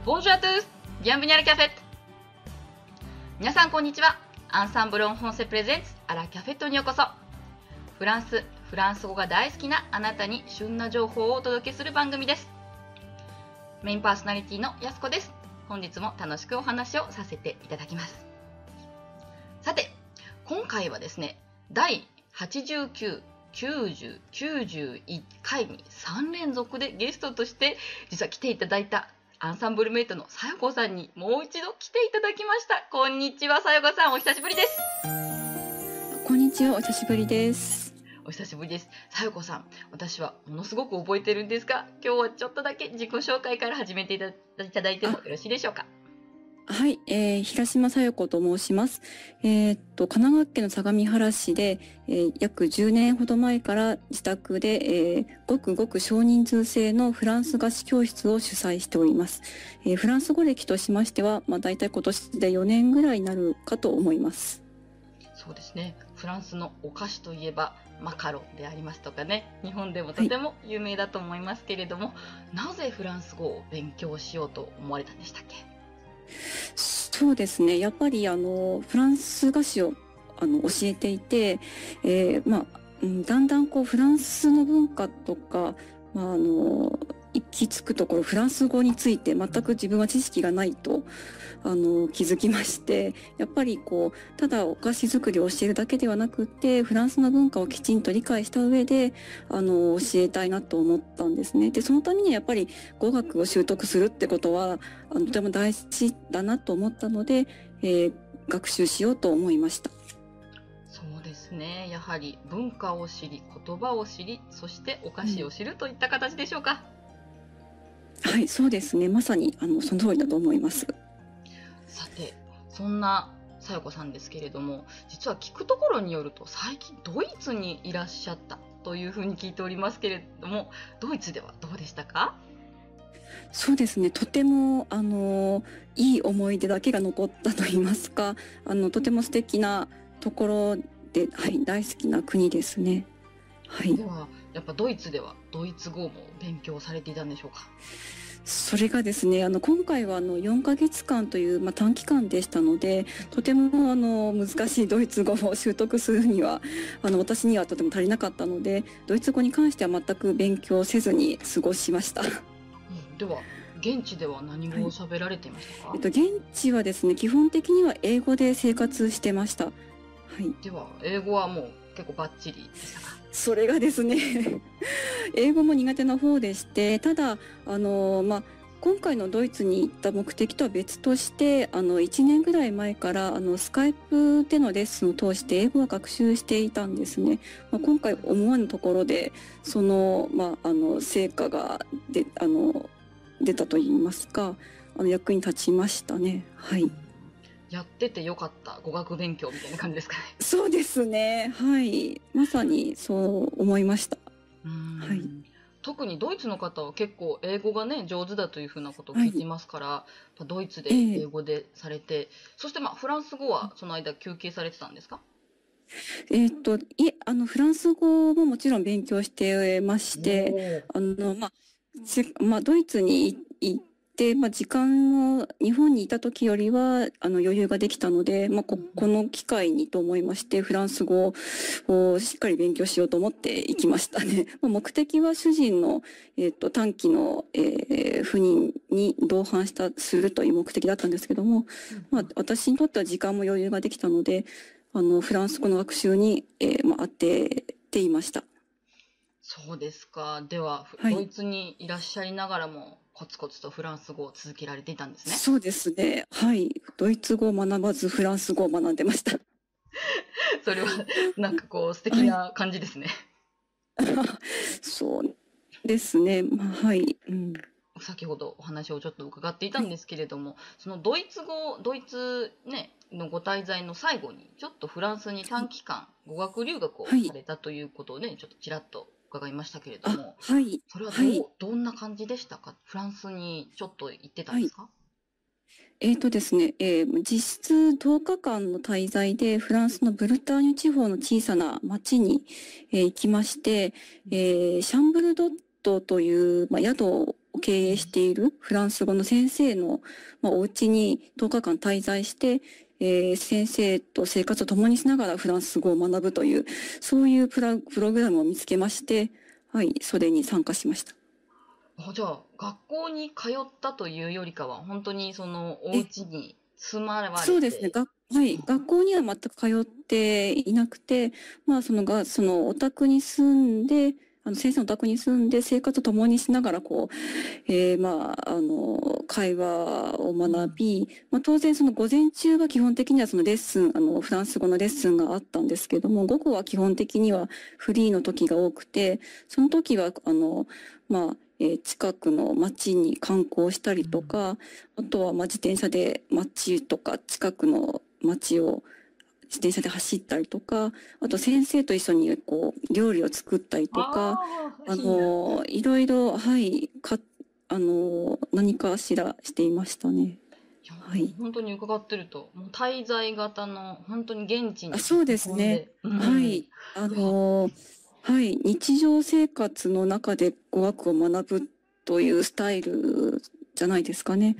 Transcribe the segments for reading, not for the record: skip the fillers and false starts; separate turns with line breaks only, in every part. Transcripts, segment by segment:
ボンジュアトゥース、ビアンブニャルキャフェット。皆さんこんにちは。アンサンブルンフォンセプレゼンツアラキャフェットにようこそ。フランス語が大好きなあなたに旬な情報をお届けする番組です。メインパーソナリティのやすこです。本日も楽しくお話をさせていただきます。さて、今回はですね、第89、90、91回に3連続でゲストとして実は来ていただいたアンサンブルメイトのさよこさんにもう一度来ていただきました。こんにちは、さよこさん、お久しぶりです。
こんにちは、お久しぶりです。
お久しぶりです。さよこさん、私はものすごく覚えてるんですが、今日はちょっとだけ自己紹介から始めていただいてもよろしいでしょうか。
はい、平島さよこと申します。神奈川県の相模原市で、約10年ほど前から自宅で、ごく少人数制のフランス菓子教室を主催しております。フランス語歴としましては、だいたい今年で4年ぐらいになるかと思います。
そうですね。フランスのお菓子といえばマカロンでありますとかね、日本でもとても有名だと思いますけれども、なぜフランス語を勉強しようと思われたんでしたっけ？
そうですね。やっぱりフランス菓子を教えていて、だんだんフランスの文化とか、行き着くところフランス語について全く自分は知識がないと気づきまして、やっぱりただお菓子作りを教えるだけではなくて、フランスの文化をきちんと理解した上で教えたいなと思ったんですね。で、そのためにやっぱり語学を習得するってことはとても大事だなと思ったので、学習しようと思いました。
そうですね。やはり文化を知り、言葉を知り、そしてお菓子を知るといった形でしょうか。
はい、そうですね。まさにその通りだと思います。
さて、そんなさよこさんですけれども、実は聞くところによると最近ドイツにいらっしゃったというふうに聞いておりますけれども、ドイツではどうでしたか？
そうですね。とてもいい思い出だけが残ったと言いますか、とても素敵なところで、はい、大好きな国ですね。はい。
では、やっぱドイツではドイツ語も勉強されていたんでしょうか？
それがですね、今回は4ヶ月間という、短期間でしたので、とても難しいドイツ語を習得するには私にはとても足りなかったので、ドイツ語に関しては全く勉強せずに過ごしました。
では、現地では何語を喋られていましたか？
現地はですね、基本的には英語で生活してました。はい。
では、英語はもう結構バッチリでしたか？
それがですね英語も苦手な方でして、ただ今回のドイツに行った目的とは別として、1年ぐらい前からスカイプでのレッスンを通して英語は学習していたんですね。今回思わぬところでその成果が出たと言いますか、役に立ちましたね。はい。
やっててよかった語学勉強みたいな感じですかね。
そうですね。はい。まさにそう思いました。はい。
特にドイツの方は結構英語がね、上手だというふうなことを聞いていますから、ドイツで英語でされて、そしてフランス語はその間休憩されてたんですか？
フランス語ももちろん勉強してまして、ドイツに行って、時間も日本にいた時よりは余裕ができたので、この機会にと思いまして、フランス語をしっかり勉強しようと思って行きましたね。目的は主人の、短期の、赴任に同伴するという目的だったんですけども、私にとっては時間も余裕ができたので、フランス語の学習に、当てていました。
そうですか。では、ドイツにいらっしゃいながらも、コツコツとフランス語を続けられていたんですね。
そうですね。はい。ドイツ語を学ばずフランス語を学んでました。
それは、素敵な感じですね。
そうですね。はい。
先ほどお話をちょっと伺っていたんですけれども、そのドイツね、のご滞在の最後に、ちょっとフランスに短期間語学留学をされたということをね、ちょっとちらっと伺いましたけれども、
はい。
それはどんな感じでしたか？フランスにちょっと行ってたんですか？
ですね、実質10日間の滞在でフランスのブルターニュ地方の小さな町に、行きまして、シャンブルドットという、宿を経営しているフランス語の先生の、お家に10日間滞在して、先生と生活を共にしながらフランス語を学ぶという、そういうプログラムを見つけまして、はい、それに参加しました。
じゃあ、学校に通ったというよりかは、本当にそのお
え、
家に住まわれ
そうですね。
て、
はい。学校には全く通っていなくて、そのお宅に住んで、先生のお宅に住んで生活を共にしながら、会話を
うん、
学び、当然その午前中は基本的にはそのレッスン、フランス語のレッスンがあったんですけども、午後は基本的にはフリーの時が多くて、その時は、近くの街に観光したりと
うん。
か、あとは自転車で街とか近くの街を自転車で走ったりとか、あと先生と一緒に料理を作ったりとか、
ああ、いいな。
いろいろ、はい、何かしらしていましたね。
いや、
はい。
本当に伺ってると、もう滞在型の、本当に現地に溶
そう
け
ですね。
込んで、うん。
はい。
いや、
はい。日常生活の中で語学を学ぶというスタイルじゃないですかね。
うん。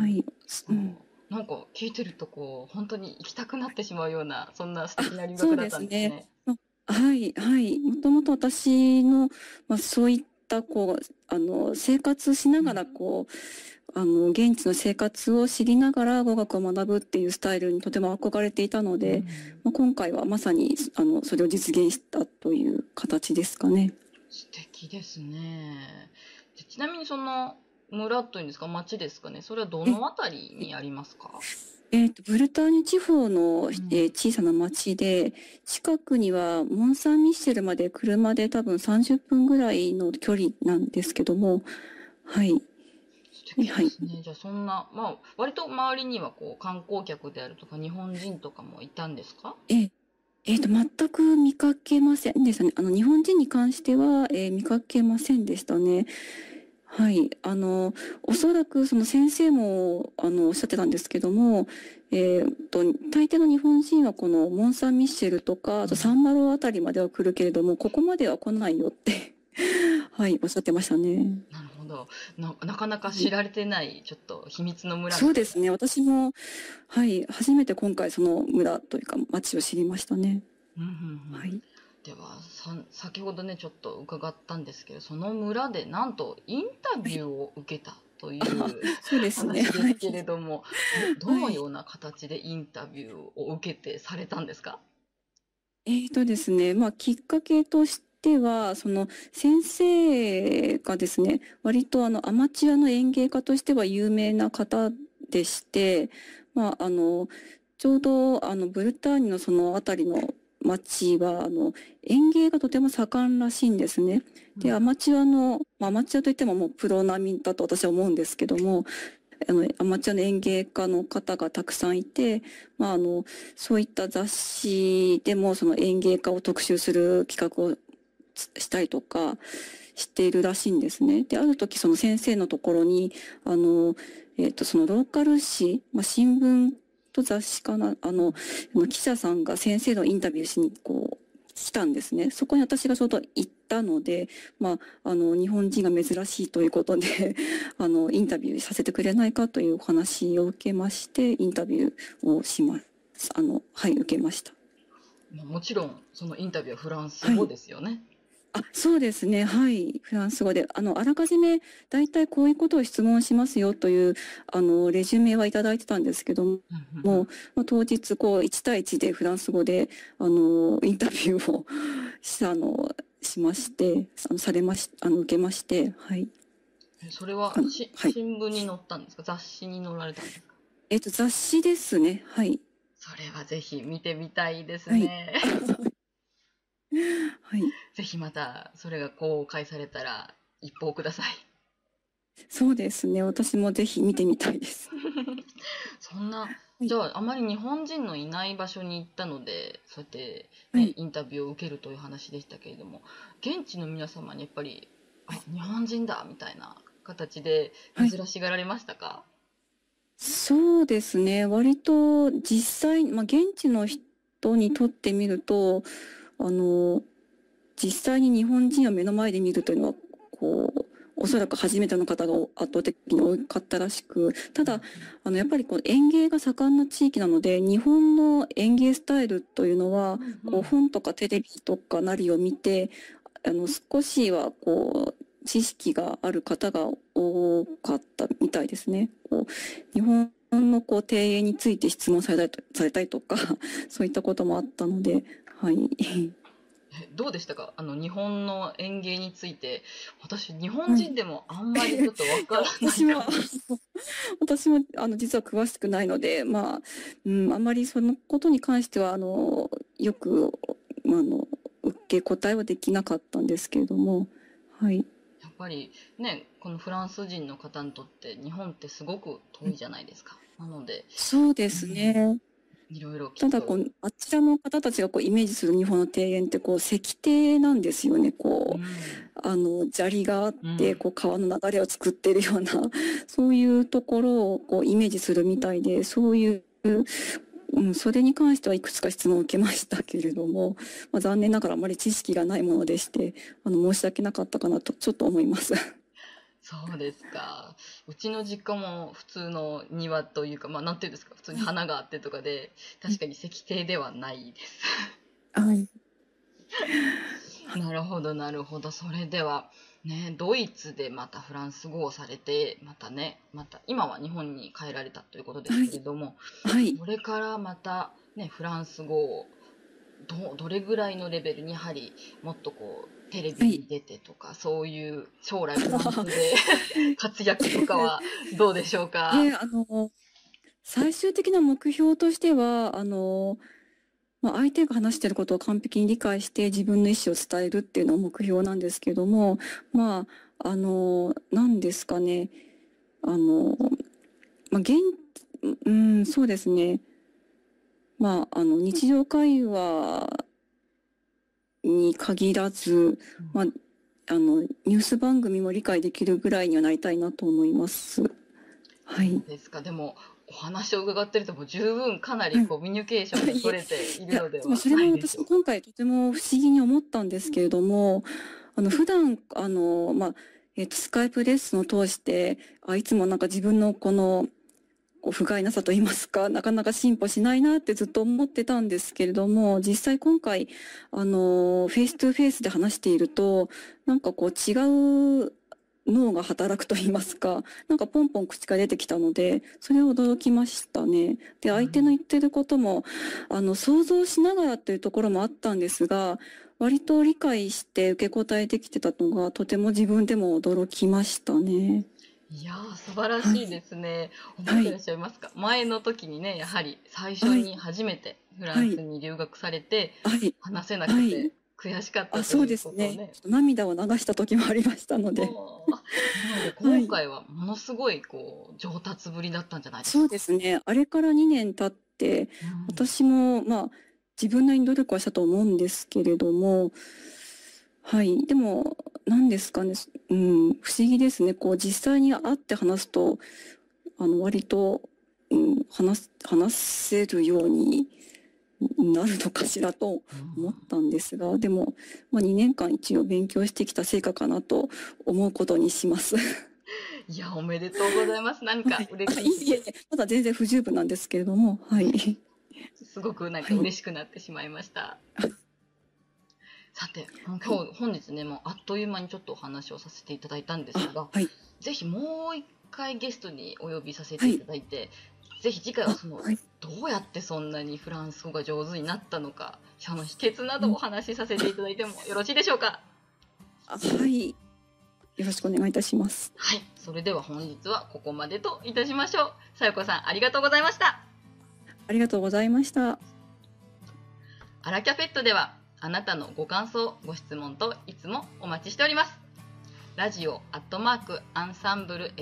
はい。うん。
そう。なんか聞いてると本当に行きたくなってしまうような、そんな素敵な留
そう
学だっ
ですね。
たんですね。
はい、はい。もともと私の、そういった、生活しながら、現地の生活を知りながら語学を学ぶっていうスタイルにとても憧れていたの
う
で、
ん。
今回はまさに、それを実現したという形ですかね。
素敵ですね。ちなみにその村というんですか、町ですかね。それはど
え、
のあたりにありますか？
ブルターニュ地方の、
うん。
小さな町で、近くにはモン・サン・ミッシェルまで車で多分30分ぐらいの距離なんですけども、はい。
素敵で
はい。
すね。じゃあそんな、割と周りには観光客であるとか日本人とかもいたんですか？
え、全く見かけませんでしたね。日本人に関しては、見かけませんでしたね。はい。おそらくその先生も、おっしゃってたんですけども、大抵の日本人はこのモン・サン・ミッシェルとか、あ
うん。
とサンマロあたりまでは来るけれども、ここまでは来ないよってはい、おっしゃってましたね。
なるほど。なかなか
はい。
知られてない、ちょっと秘密の村みたいな。
そうですね。私も、はい、初めて今回その村というか町を知りましたね。
うんうんうん。
はい。
では、先ほどね、ちょっと伺ったんですけど、その村でなんとインタビューを受けたという
そうですね。はい。
話ですけれども、ど
はい。
のような形でインタビューを受けてされたんですか？
ですね、きっかけとしては、その先生がですね、割とアマチュアの園芸家としては有名な方でして、まあ、あの、ちょうどブルターニュのそのあたりの町は、園芸がとても盛んらしいんですね。で、
うん。
アマチュアといってももうプロ並みだと私は思うんですけども、アマチュアの園芸家の方がたくさんいて、そういった雑誌でもその園芸家を特集する企画をしたりとかしているらしいんですね。で、ある時その先生のところに、そのローカル紙、新聞と雑誌かな、記者さんが先生のインタビューしに来たんですね。そこに私がちょうど行ったので、日本人が珍しいということでインタビューさせてくれないかというお話を受けまして、インタビューをします。はい、受けました。
もちろん、そのインタビューはフランス語
はい。
ですよね。
そうですね。はい。フランス語で。あらかじめ、大体こういうことを質問しますよという、レジュメはいただいてたんですけど
うんうんうん。
も、当日、1対1でフランス語で、インタビューをしまして、されまし、受けまして、はい。
それは
はい。
新聞に載ったんですか？雑誌に載られたんですか？
雑誌ですね。はい。
それはぜひ見てみたいです
はい。
ね。
はい。
ぜひまたそれが公開されたら一報ください。
そうですね。私もぜひ見てみたいです。
そんな、
はい。
じゃああまり日本人のいない場所に行ったので、そうやってね、
はい。
インタビューを受けるという話でしたけれども、現地の皆様にやっぱり、あ、日本人だみたいな形で
はい。
珍しがられましたか？
そうですね。割と実際、現地の人にとってみると、あの、実際に日本人を目の前で見るというのは、こおそらく初めての方が圧倒的に多かったらしく、ただやっぱりこう園芸が盛んな地域なので、日本の園芸スタイルというのはこう本とかテレビとかなりを見て少しはこう知識がある方が多かったみたいですね。こう日本のこう庭園について質問されたりとかそういったこともあったので、はい。
どうでしたか？日本の園芸について。私、日本人でもあんまりちょっとわからないかも。
私も実は詳しくないので、まあ、あんまりそのことに関してはよく受け答えはできなかったんですけれども、はい。
やっぱりね、このフランス人の方にとって日本ってすごく遠いじゃないですか。なので、
そうですね。
いろいろき
た
っと。
だあちらの方たちがイメージする日本の庭園って石庭なんですよね。砂利があって川の流れを作っているようなそういうところをイメージするみたいで、そういう、それに関してはいくつか質問を受けましたけれども、残念ながらあまり知識がないものでして申し訳なかったかなとちょっと思います。
そうですか。うちの実家も普通の庭というか、なんていうんですか、普通に花があってとかで、確かに石庭ではないです。
はい。
なるほど、なるほど。それでは、ね、ドイツでまたフランス語をされて、また今は日本に帰られたということですけれども、
はい。
これからまたね、フランス語をどれぐらいのレベルに、やはりもっとテレビに出てとか、そういう将来フランスで活躍とかはどうでしょうか？
最終的な目標としては相手が話していることを完璧に理解して自分の意思を伝えるっていうのが目標なんですけども、何ですかね、そうですね、日常会話に限らず、ニュース番組も理解できるぐらいにはなりたいなと思います。はい。
ですか。でもお話を伺ってるともう十分かなりコミュニケーションが取れているのでは
それも
ないでしょうか。
私も今回とても不思議に思ったんですけれども、普段スカイプレッスンを通していつもなんか自分の不甲斐なさと言いますか、なかなか進歩しないなってずっと思ってたんですけれども、実際今回フェイストゥフェイスで話していると、なんか違う脳が働くと言いますか、なんかポンポン口が出てきたので、それを驚きましたね。で、相手の言ってることも想像しながらというところもあったんですが、割と理解して受け答えできてたのがとても自分でも驚きましたね。
いやー、素晴らしいですね。覚えてらっしゃいますか？前の時にね、やはり最初に初めてフランスに留学されて、話せなくて悔しかったと
そう
いうことを
ですね。
ね。
涙を流した時もありましたので。
なので今回はものすごい上達ぶりだったんじゃないですか？
そうですね。あれから2年経って、私も自分なりに努力はしたと思うんですけれども、はい。でも、何ですかね。不思議ですね。実際に会って話すと、割と、話せるようになるのかしらと思ったんですが、でも、2年間一応勉強してきた成果かなと思うことにします。
いや、おめでとうございます。何か嬉しい。
いえいえ、まだ全然不十分なんですけれども、はい。
すごくなんか嬉しくなってしまいました。さて、本日ね、もうあっという間にちょっとお話をさせていただいたんですが、ぜひもう一回ゲストにお呼びさせていただいて、ぜひ次回はどうやってそんなにフランス語が上手になったのか、その秘訣などをお話しさせていただいてもよろしいでしょうか？
はい。よろしくお願いいたします。
はい。それでは本日はここまでといたしましょう。さよこさん、ありがとうございました。
ありがとうございました。
アラキャフェットでは、あなたのご感想、ご質問といつもお待ちしております。ラジオアンサンブル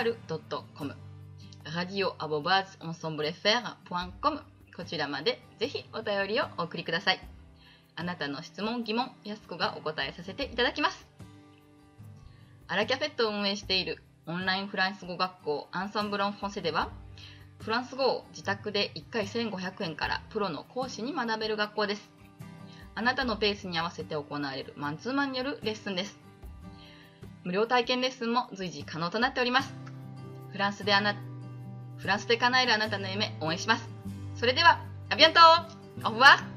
FR.com ラジオアボバーズアンサンブル FR.com こちらまでぜひお便りをお送りください。あなたの質問、疑問、やすこがお答えさせていただきます。アラキャフェットを運営しているオンラインフランス語学校アンサンブル・オン・フォンセでは、フランス語を自宅で1回1500円からプロの講師に学べる学校です。あなたのペースに合わせて行われるマンツーマンによるレッスンです。 無料体験レッスンも随時可能となっております。フランスで叶えるあなたの夢応援します。それでは、アビアント！オフワー